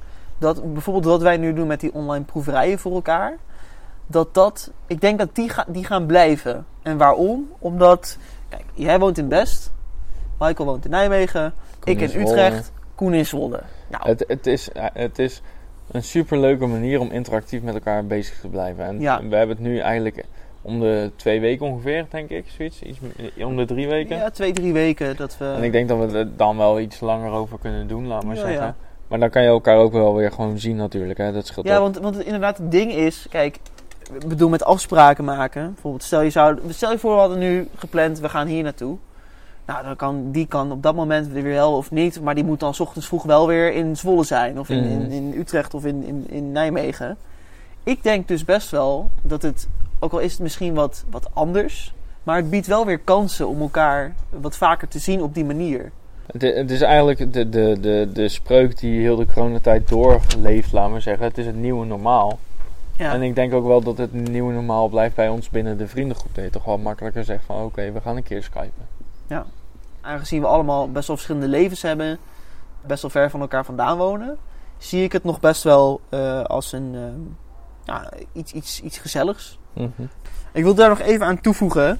dat bijvoorbeeld wat wij nu doen met die online proeverijen voor elkaar, dat dat, ik denk dat die, ga, die gaan blijven. En waarom? Omdat, kijk, jij woont in Best, Michael woont in Nijmegen, Koen ik in in Utrecht, Zwolle. Koen in Zwolle. Nou, Het, het, is, het is een superleuke manier om interactief met elkaar bezig te blijven. En Ja. we hebben het nu eigenlijk om de twee weken ongeveer, denk ik. Zoiets. Iets, m- om de drie weken. ja, twee, drie weken dat we... En ik denk dat we er dan wel iets langer over kunnen doen, laat maar Ja, zeggen. ja. Maar dan kan je elkaar ook wel weer gewoon zien natuurlijk. Hè. Dat scheelt Ja, ook. want, want het, inderdaad, het ding is, kijk, ik bedoel met afspraken maken. Bijvoorbeeld, stel je, zou, stel je voor, we hadden nu gepland, we gaan hier naartoe. Nou, dan kan, die kan op dat moment weer wel of niet, maar die moet dan 's ochtends vroeg wel weer in Zwolle zijn. Of in, Mhm. in, in Utrecht of in, in, in Nijmegen. Ik denk dus best wel dat het, ook al is het misschien wat, wat anders, maar het biedt wel weer kansen om elkaar wat vaker te zien op die manier. Het, i- het is eigenlijk de, de, de, de spreuk die heel de coronatijd doorleeft, laat maar zeggen. Het is het nieuwe normaal. Ja, En ik denk ook wel dat het nieuwe normaal blijft bij ons binnen de vriendengroep. Dat je toch wel makkelijker zegt van oké, we gaan een keer skypen. aangezien we allemaal best wel verschillende levens hebben, best wel ver van elkaar vandaan wonen, zie ik het nog best wel eh, als een eh, ja, iets, iets, iets gezelligs. Mhm. Ik wil daar nog even aan toevoegen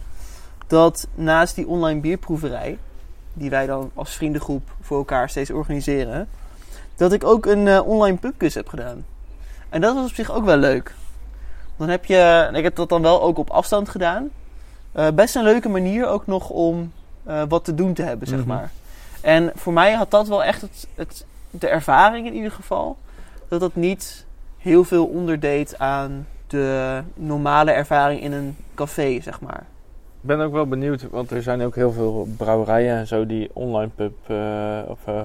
dat naast die online bierproeverij, die wij dan als vriendengroep voor elkaar steeds organiseren, dat ik ook een eh, online pubquiz heb gedaan. En dat was op zich ook wel leuk. Dan heb je, en ik heb dat dan wel ook op afstand gedaan. Eh, best een leuke manier ook nog om eh, wat te doen te hebben, zeg Mhm. maar. En voor mij had dat wel echt het, het, de ervaring in ieder geval, dat dat niet heel veel onderdeed aan de normale ervaring in een café, zeg maar. Ik ben ook wel benieuwd, want er zijn ook heel veel brouwerijen en zo die online pub eh, of eh,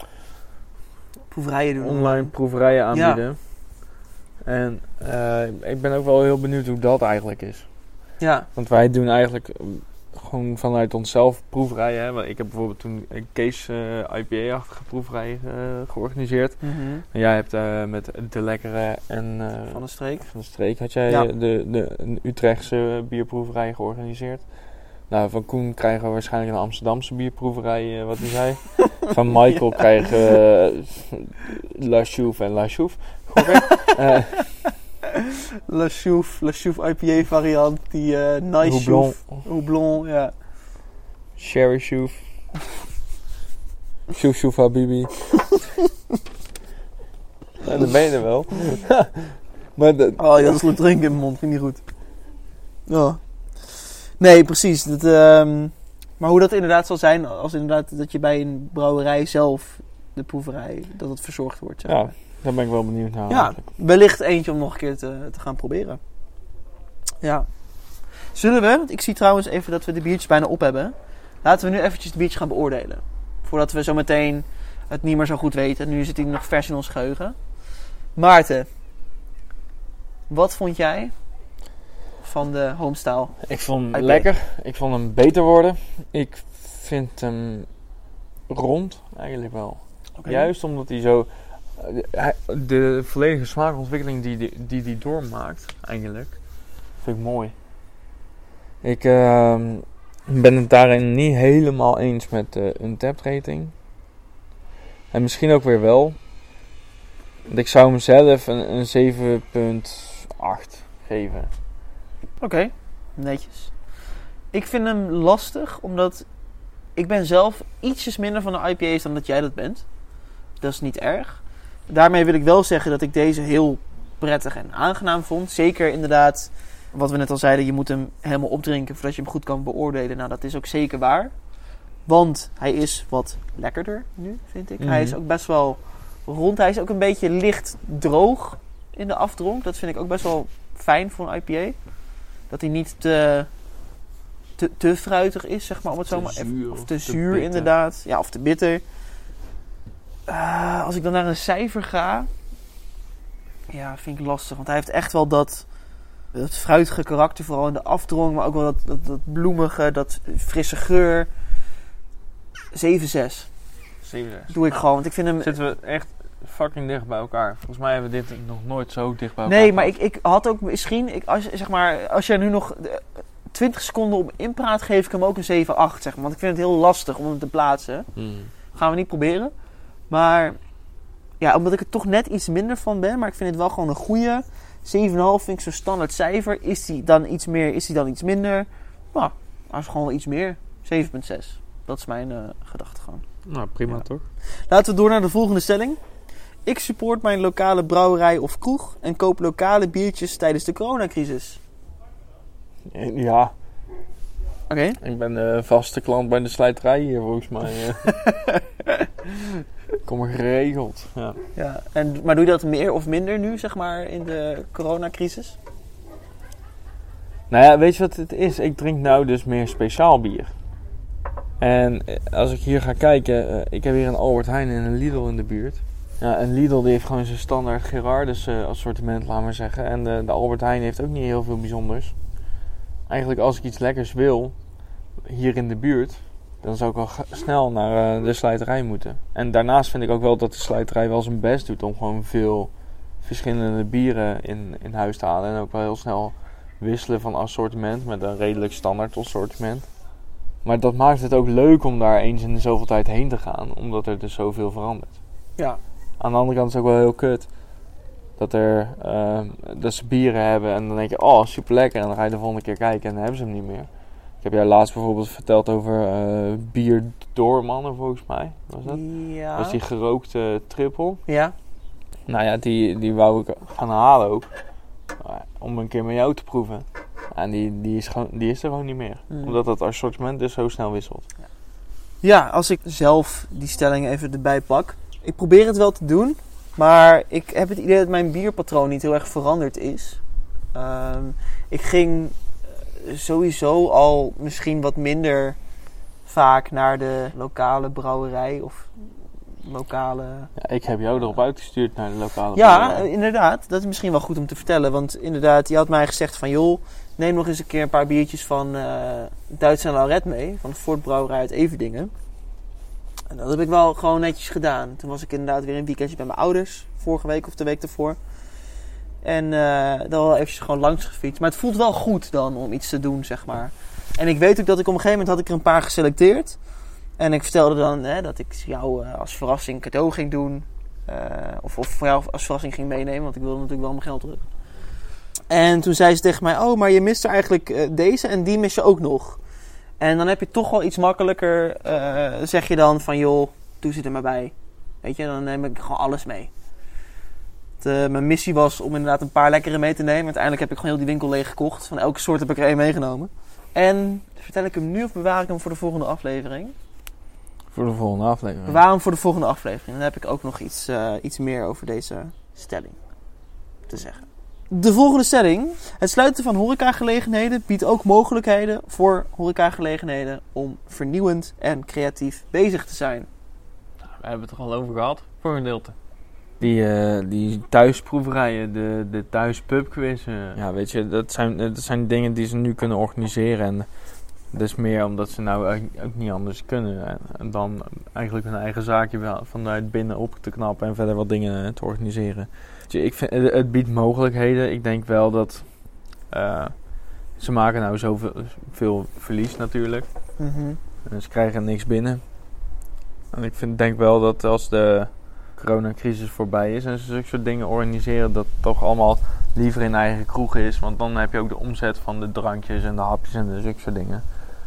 Proeverijen doen. online proeverijen aanbieden. En eh, ik ben ook wel heel benieuwd hoe dat eigenlijk is. Ja, Want wij doen eigenlijk eh, gewoon vanuit onszelf proeverijen. Hè? Want ik heb bijvoorbeeld toen een Kees eh, I P A-achtige proeverij eh, georganiseerd. mhm. En jij hebt eh, met De Lekkere en eh, Van de streek. van de Streek had jij Ja. eh, de, de een Utrechtse bierproeverij georganiseerd. Nou, van Koen krijgen we waarschijnlijk een Amsterdamse bierproeverij, eh, wat hij zei. Van Michael Ja. krijgen we eh, La Chouffe en La Chouffe. Gok ik. Eh, La Chouffe, La Chouffe I P A variant, die eh Nice Houblon. Chouffe, Houblon, ja. Sherry Chouffe. Chouf Chouf Habibi. Ja, dan ben je er wel. Maar dat, Oh, je had een slok drinken in mijn mond, vind ik niet goed. Oh. Nee, precies. Dat, ehm, maar hoe dat inderdaad zal zijn, als inderdaad dat je bij een brouwerij zelf, de proeverij, dat het verzorgd wordt. Zeg ja, maar. daar ben ik wel benieuwd naar. Ja, eigenlijk. wellicht eentje om nog een keer te, te gaan proberen. Ja. Zullen we, want ik zie trouwens even dat we de biertjes bijna op hebben. Laten we nu eventjes de biertjes gaan beoordelen. Voordat we zo meteen het niet meer zo goed weten. Nu zit hij nog vers in ons geheugen. Maarten, wat vond jij van de homestyle? Ik vond hem I P A. lekker. Ik vond hem beter worden. Ik vind hem rond eigenlijk wel. Okay. Juist omdat hij zo... eh, hij- De volledige smaakontwikkeling die hij die, die doormaakt, eigenlijk, vind ik mooi. Ik ehm, ben het daarin niet helemaal eens met de Untappd rating. En misschien ook weer wel. Want ik zou hem zelf een, een zeven komma acht geven. Oké, okay, netjes. Ik vind hem lastig, omdat ik ben zelf ietsjes minder van de I P A's dan dat jij dat bent. Dat is niet erg. Daarmee wil ik wel zeggen dat ik deze heel prettig en aangenaam vond. Zeker inderdaad wat we net al zeiden, je moet hem helemaal opdrinken voordat je hem goed kan beoordelen. Nou, dat is ook zeker waar. Want hij is wat lekkerder nu, vind ik. Mm-hmm. Hij is ook best wel rond. Hij is ook een beetje licht droog in de afdronk. Dat vind ik ook best wel fijn voor een I P A. Dat hij niet te, te, te fruitig is, zeg maar. Om het zo maar even, of te, te zuur, bitter. Inderdaad. Ja, of te bitter. Uh, als ik dan naar een cijfer ga... Ja, vind ik lastig. Want hij heeft echt wel dat... dat fruitige karakter, vooral in de afdronk. Maar ook wel dat, dat, dat bloemige, dat frisse geur. zeven zes. zeven zes. Doe ik nou, gewoon. Want ik vind hem... Zitten we echt fucking dicht bij elkaar. Volgens mij hebben we dit nog nooit zo dicht bij elkaar. Nee, maar ik, ik had ook misschien... Ik, als, zeg maar, als je nu nog twintig seconden op inpraat, geef ik hem ook een zeven acht. Zeg maar. Want ik vind het heel lastig om hem te plaatsen. Hmm. Gaan we niet proberen. Maar... Ja, omdat ik er toch net iets minder van ben. Maar ik vind het wel gewoon een goede. zeven komma vijf vind ik zo'n standaard cijfer. Is die dan iets meer? Is die dan iets minder? Nou, hij is gewoon wel iets meer. zeven komma zes. Dat is mijn uh, gedachtegang. Nou, prima ja. Toch? Laten we door naar de volgende stelling. Ik support mijn lokale brouwerij of kroeg. En koop lokale biertjes tijdens de coronacrisis. Ja. Oké. Okay. Ik ben de vaste klant bij de slijterij hier volgens mij. Kom er geregeld. Ja. Ja, en, maar doe je dat meer of minder nu, zeg maar, in de coronacrisis? Nou ja, weet je wat het is? Ik drink nou dus meer speciaal bier. En als ik hier ga kijken, uh, ik heb hier een Albert Heijn en een Lidl in de buurt. Ja, en Lidl die heeft gewoon zijn standaard Gerardus uh, assortiment, laat maar zeggen. En de, de Albert Heijn heeft ook niet heel veel bijzonders. Eigenlijk als ik iets lekkers wil, hier in de buurt... dan zou ik al ga- snel naar uh, de slijterij moeten. En daarnaast vind ik ook wel dat de slijterij wel zijn best doet... om gewoon veel verschillende bieren in, in huis te halen. En ook wel heel snel wisselen van assortiment... met een redelijk standaard assortiment. Maar dat maakt het ook leuk om daar eens in de zoveel tijd heen te gaan... omdat er dus zoveel verandert. Ja. Aan de andere kant is het ook wel heel kut... dat, er, uh, dat ze bieren hebben en dan denk je... oh, super lekker. En dan ga je de volgende keer kijken en dan hebben ze hem niet meer. Ik heb jou laatst bijvoorbeeld verteld over uh, bier Doormannen, volgens mij. Was dat? Ja. Dat was die gerookte trippel. Ja. Nou ja, die, die wou ik gaan halen ook. Uh, om een keer met jou te proeven. En die, die, is, gewoon, die is er gewoon niet meer. Mm. Omdat dat assortiment dus zo snel wisselt. Ja. Ja, als ik zelf die stelling even erbij pak. Ik probeer het wel te doen. Maar ik heb het idee dat mijn bierpatroon niet heel erg veranderd is. Um, ik ging... sowieso al misschien wat minder vaak naar de lokale brouwerij of lokale... Ja, ik heb jou erop uitgestuurd naar de lokale ja, brouwerij. Ja, inderdaad. Dat is misschien wel goed om te vertellen. Want inderdaad, je had mij gezegd van... joh, neem nog eens een keer een paar biertjes van uh, Duits en Lauret mee. Van de Fort Brouwerij uit Everdingen. En dat heb ik wel gewoon netjes gedaan. Toen was ik inderdaad weer een weekendje bij mijn ouders. Vorige week of de week ervoor. En uh, dan wel eventjes gewoon langs gefietst. Maar het voelt wel goed dan om iets te doen, zeg maar. En ik weet ook dat ik op een gegeven moment had ik er een paar geselecteerd. En ik vertelde dan hè, dat ik jou uh, als verrassing cadeau ging doen. Uh, of, of voor jou als verrassing ging meenemen. Want ik wilde natuurlijk wel mijn geld terug. En toen zei ze tegen mij... oh, maar je mist er eigenlijk uh, deze en die mis je ook nog. En dan heb je toch wel iets makkelijker... Uh, zeg je dan van joh, doe ze er maar bij. Weet je, dan neem ik gewoon alles mee. Uh, mijn missie was om inderdaad een paar lekkere mee te nemen. Uiteindelijk heb ik gewoon heel die winkel leeg gekocht. Van elke soort heb ik er één meegenomen. En vertel ik hem nu of bewaar ik hem voor de volgende aflevering? Voor de volgende aflevering. Bewaar hem voor de volgende aflevering. Dan heb ik ook nog iets, uh, iets meer over deze stelling te zeggen. De volgende stelling. Het sluiten van horecagelegenheden biedt ook mogelijkheden voor horecagelegenheden om vernieuwend en creatief bezig te zijn. Nou, we hebben het er al over gehad, voor een gedeelte. Die, uh, die thuisproeverijen, de, de thuispubquizzen. Ja, weet je, dat zijn, dat zijn dingen die ze nu kunnen organiseren. En dat is meer omdat ze nou ook niet anders kunnen. En dan eigenlijk hun eigen zaakje vanuit binnen op te knappen en verder wat dingen te organiseren. Ik vind, het biedt mogelijkheden. Ik denk wel dat uh, ze maken nou zoveel veel verlies natuurlijk. Mm-hmm. En ze krijgen niks binnen. En ik vind, denk wel dat als de coronacrisis voorbij is en ze zulke soort dingen organiseren, dat het toch allemaal liever in eigen kroeg is. Want dan heb je ook de omzet van de drankjes en de hapjes en de zulke soort dingen.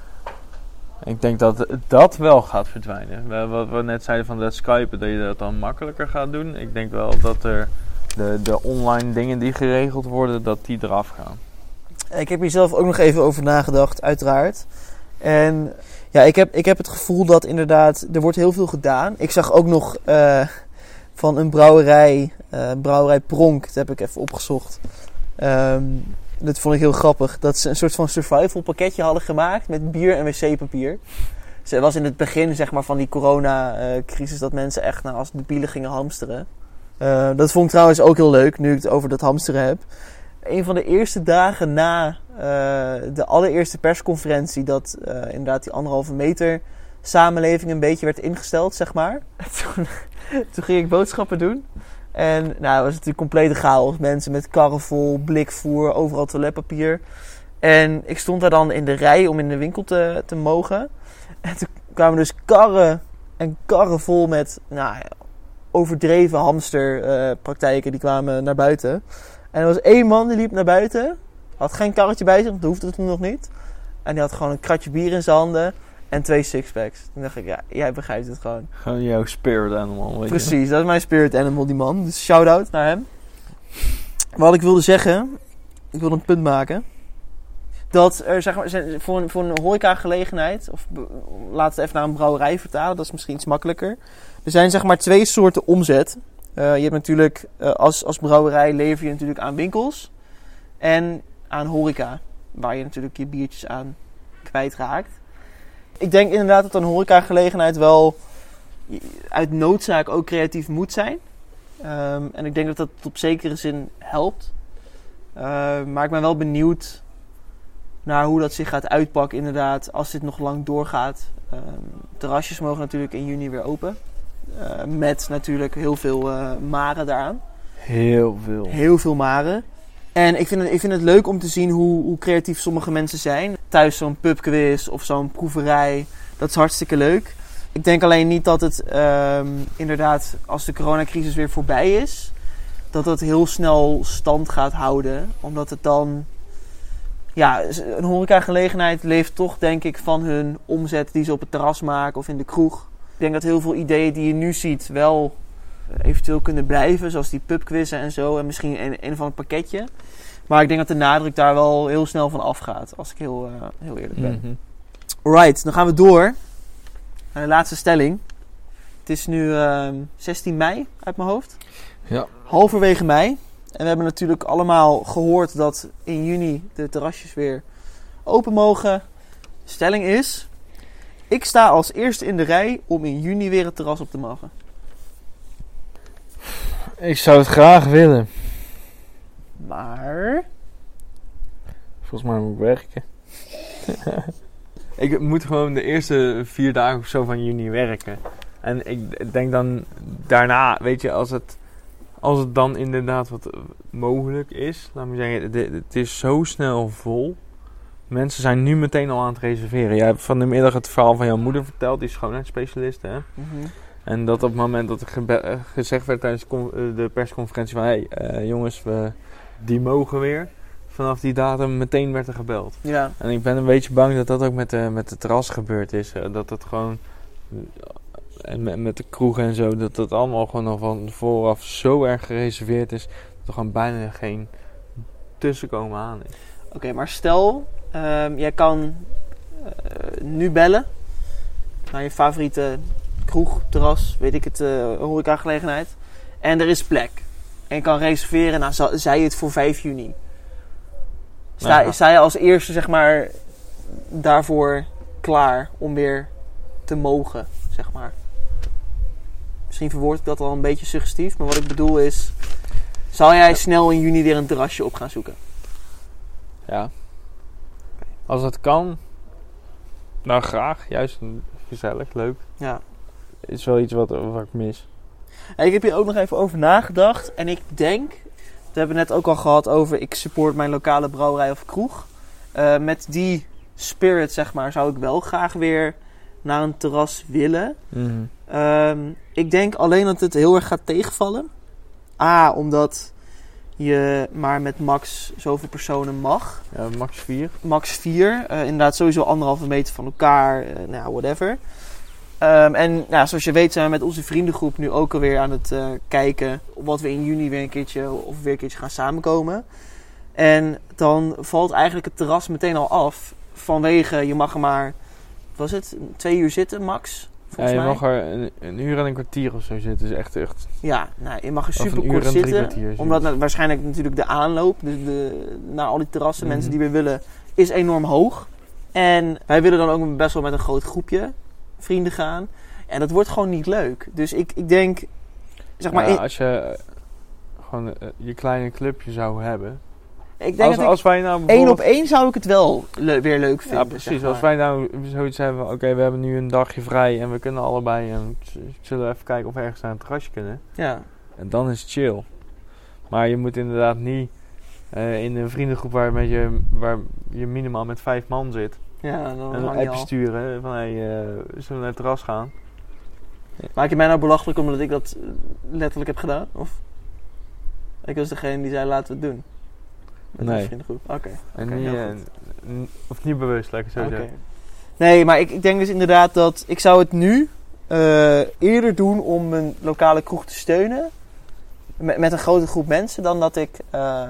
Ik denk dat dat wel gaat verdwijnen. Wat we net zeiden van dat Skypen, dat je dat dan makkelijker gaat doen. Ik denk wel dat er de, de online dingen die geregeld worden, dat die eraf gaan. Ik heb hier zelf ook nog even over nagedacht, uiteraard. En ja, ik heb, ik heb het gevoel dat inderdaad, er wordt heel veel gedaan. Ik zag ook nog uh, van een brouwerij, uh, brouwerij Pronk, dat heb ik even opgezocht. Um, dat vond ik heel grappig. Dat ze een soort van survival pakketje hadden gemaakt met bier en wc-papier. Dus het was in het begin zeg maar, van die corona-crisis dat mensen echt nou, als debielen gingen hamsteren. Uh, dat vond ik trouwens ook heel leuk, nu ik het over dat hamsteren heb. Een van de eerste dagen na uh, de allereerste persconferentie dat uh, inderdaad die anderhalve meter samenleving een beetje werd ingesteld, zeg maar. Toen, toen ging ik boodschappen doen. En nou, het was natuurlijk complete chaos. Mensen met karren vol, blikvoer, overal toiletpapier. En ik stond daar dan in de rij om in de winkel te, te mogen. En toen kwamen dus karren en karren vol met nou, overdreven hamsterpraktijken. Uh, die kwamen naar buiten. En er was één man die liep naar buiten. Had geen karretje bij zich, dat hoefde het toen nog niet. En die had gewoon een kratje bier in zijn handen. En twee sixpacks. Toen dacht ik, ja, jij begrijpt het gewoon. Gewoon jouw spirit animal. Weet Precies, je? dat is mijn spirit animal, die man. Dus shout-out naar hem. Wat ik wilde zeggen, ik wilde een punt maken. Dat er, zeg maar, voor een, voor een horecagelegenheid, of laten we even naar een brouwerij vertalen, dat is misschien iets makkelijker. Er zijn zeg maar twee soorten omzet. Uh, je hebt natuurlijk, uh, als, als brouwerij lever je natuurlijk aan winkels en aan horeca, waar je natuurlijk je biertjes aan kwijtraakt. Ik denk inderdaad dat een horecagelegenheid wel uit noodzaak ook creatief moet zijn. Um, en ik denk dat dat op zekere zin helpt. Uh, maar ik ben wel benieuwd naar hoe dat zich gaat uitpakken inderdaad als dit nog lang doorgaat. Um, terrasjes mogen natuurlijk in juni weer open. Uh, met natuurlijk heel veel uh, maren daaraan. Heel veel. Heel veel maren. En ik vind het, ik vind het leuk om te zien hoe, hoe creatief sommige mensen zijn. Thuis zo'n pubquiz of zo'n proeverij. Dat is hartstikke leuk. Ik denk alleen niet dat het um, inderdaad, als de coronacrisis weer voorbij is, dat het heel snel stand gaat houden. Omdat het dan, ja, een horecagelegenheid leeft toch denk ik van hun omzet die ze op het terras maken of in de kroeg. Ik denk dat heel veel ideeën die je nu ziet wel eventueel kunnen blijven. Zoals die pubquizzen en zo. En misschien een, een of ander pakketje. Maar ik denk dat de nadruk daar wel heel snel van afgaat. Als ik heel, uh, heel eerlijk ben. Mm-hmm. Alright, dan gaan we door naar de laatste stelling. Het is nu uh, zestien mei uit mijn hoofd. Ja. Halverwege mei. En we hebben natuurlijk allemaal gehoord dat in juni de terrasjes weer open mogen. De stelling is: ik sta als eerste in de rij om in juni weer het terras op te mogen. Ik zou het graag willen. Maar volgens mij moet ik werken. Ik moet gewoon de eerste vier dagen of zo van juni werken. En ik denk dan daarna, weet je, als het, als het dan inderdaad wat mogelijk is. Laat me zeggen, het is zo snel vol. Mensen zijn nu meteen al aan het reserveren. Jij hebt van de middag het verhaal van jouw moeder verteld. Die is schoonheidsspecialist, hè? Mm-hmm. En dat op het moment dat er gebe- gezegd werd tijdens de persconferentie van hé, hey, uh, jongens, we, die mogen weer. Vanaf die datum meteen werd er gebeld. Ja. En ik ben een beetje bang dat dat ook met de, met de terras gebeurd is. Uh, dat het gewoon, en met, met de kroeg en zo, dat dat allemaal gewoon al van vooraf zo erg gereserveerd is. Dat er gewoon bijna geen tussenkomen aan is. Oké, okay, maar stel, uh, jij kan uh, nu bellen naar je favoriete kroeg, terras, weet ik het, uh, horecagelegenheid. En er is plek. En je kan reserveren, nou, zei je het voor vijf juni. Sta, ja. sta je als eerste, zeg maar, daarvoor klaar om weer te mogen, zeg maar. Misschien verwoord ik dat al een beetje suggestief, maar wat ik bedoel is, zal jij snel in juni weer een terrasje op gaan zoeken? Ja. Als het kan, nou graag. Juist gezellig, leuk. Ja. Is wel iets wat, wat ik mis. En ik heb hier ook nog even over nagedacht. En ik denk, we hebben het net ook al gehad over, ik support mijn lokale brouwerij of kroeg. Uh, met die spirit, zeg maar, zou ik wel graag weer naar een terras willen. Mm-hmm. Um, ik denk alleen dat het heel erg gaat tegenvallen. A, omdat je maar met max zoveel personen mag. Ja, max vier. Max vier. Uh, inderdaad sowieso anderhalve meter van elkaar. Uh, nou ja, whatever. Um, en ja, zoals je weet zijn we met onze vriendengroep nu ook alweer aan het uh, kijken op wat we in juni weer een keertje of weer een keertje gaan samenkomen. En dan valt eigenlijk het terras meteen al af. Vanwege, je mag er maar, wat was het, twee uur zitten max? Ja, je mij. mag er een, een uur en een kwartier of zo zitten. Dus echt, echt. Ja, nou, je mag er Of een super uur kort en drie zitten. kwartier, Omdat zoiets. na- waarschijnlijk natuurlijk de aanloop dus de, naar al die terrassen, Mhm. mensen die weer willen, is enorm hoog. En wij willen dan ook best wel met een groot groepje vrienden gaan. En dat wordt gewoon niet leuk. Dus ik, ik denk, zeg maar, Ja, ik, als je eh, gewoon eh, je kleine clubje zou hebben. ik denk Als, dat ik als wij nou één op bijvoorbeeld... één zou ik het wel le- weer leuk vinden. Ja, precies. zeg Als maar. wij nou zoiets hebben van, oké, we hebben nu een dagje vrij en we kunnen allebei en z- zullen we even kijken of we ergens naar een terrasje kunnen. Ja, En dan is het chill. Maar je moet inderdaad niet eh, in een vriendengroep waar, met je, waar je minimaal met vijf man zit. ja, dan En hang een je appje al. sturen van, hey, uh, zullen we naar het terras gaan? Maak je mij nou belachelijk omdat ik dat eh, letterlijk heb gedaan? Of? Ik was degene die zei, laten we het doen. Met Nee. een vriendengroep. Oké. En Oké, niet, heel eh, goed. n- of niet bewust, laat ik het zo Oké. zeggen. Nee, maar ik, ik denk dus inderdaad dat ik zou het nu eh, eerder doen om een lokale kroeg te steunen. Met, met een grote groep mensen dan dat ik eh,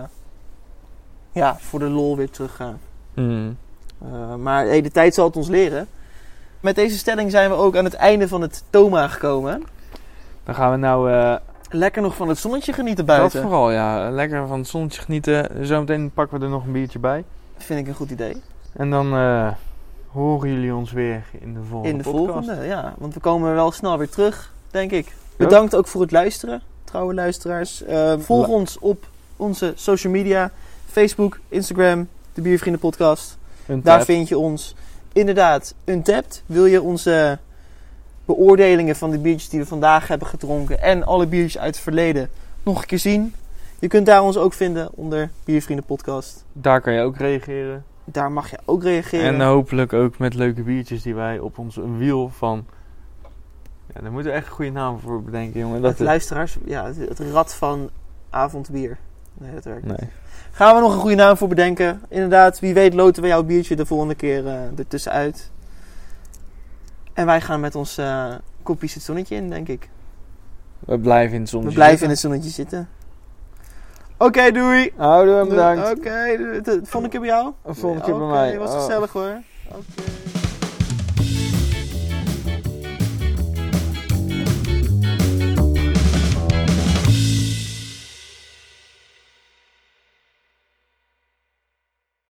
ja, voor de lol weer terug ga. Hmm. Uh, maar hey, de tijd zal het ons leren. Met deze stelling zijn we ook aan het einde van het Thoma gekomen. Dan gaan we nou... eh, Lekker nog van het zonnetje genieten dat buiten. vooral, ja. Lekker van het zonnetje genieten. Zometeen pakken we er nog een biertje bij. Vind ik een goed idee. En dan eh, horen jullie ons weer in de volgende In de podcast. volgende, ja. Want we komen wel snel weer terug, denk ik. Bedankt ook voor het luisteren, trouwe luisteraars. Uh, volg La- ons op onze social media. Facebook, Instagram, de Biervrienden Podcast. Een Daar tab. vind je ons. Inderdaad, Untapped. Wil je onze beoordelingen van de biertjes die we vandaag hebben gedronken en alle biertjes uit het verleden nog een keer zien? Je kunt daar ons ook vinden onder Biervrienden Podcast. Daar kan je ook reageren. Daar mag je ook reageren. En hopelijk ook met leuke biertjes die wij op ons een wiel van... Ja, daar moeten we echt een goede naam voor bedenken, jongen. Dat het luisteraars, ja, het, het rad van avondbier. Nee, dat werkt niet. Nee. Gaan we nog een goede naam voor bedenken. Inderdaad, wie weet loten we jouw biertje de volgende keer uh, ertussenuit. En wij gaan met ons uh, kopjes het zonnetje in, denk ik. We blijven in het zonnetje We blijven zitten. in het zonnetje zitten. Oké, okay, doei. Houdoe, bedankt. Oké, okay, volgende keer bij jou? Een volgende keer bij Oké, mij. was Oh. gezellig hoor. Oké. Okay.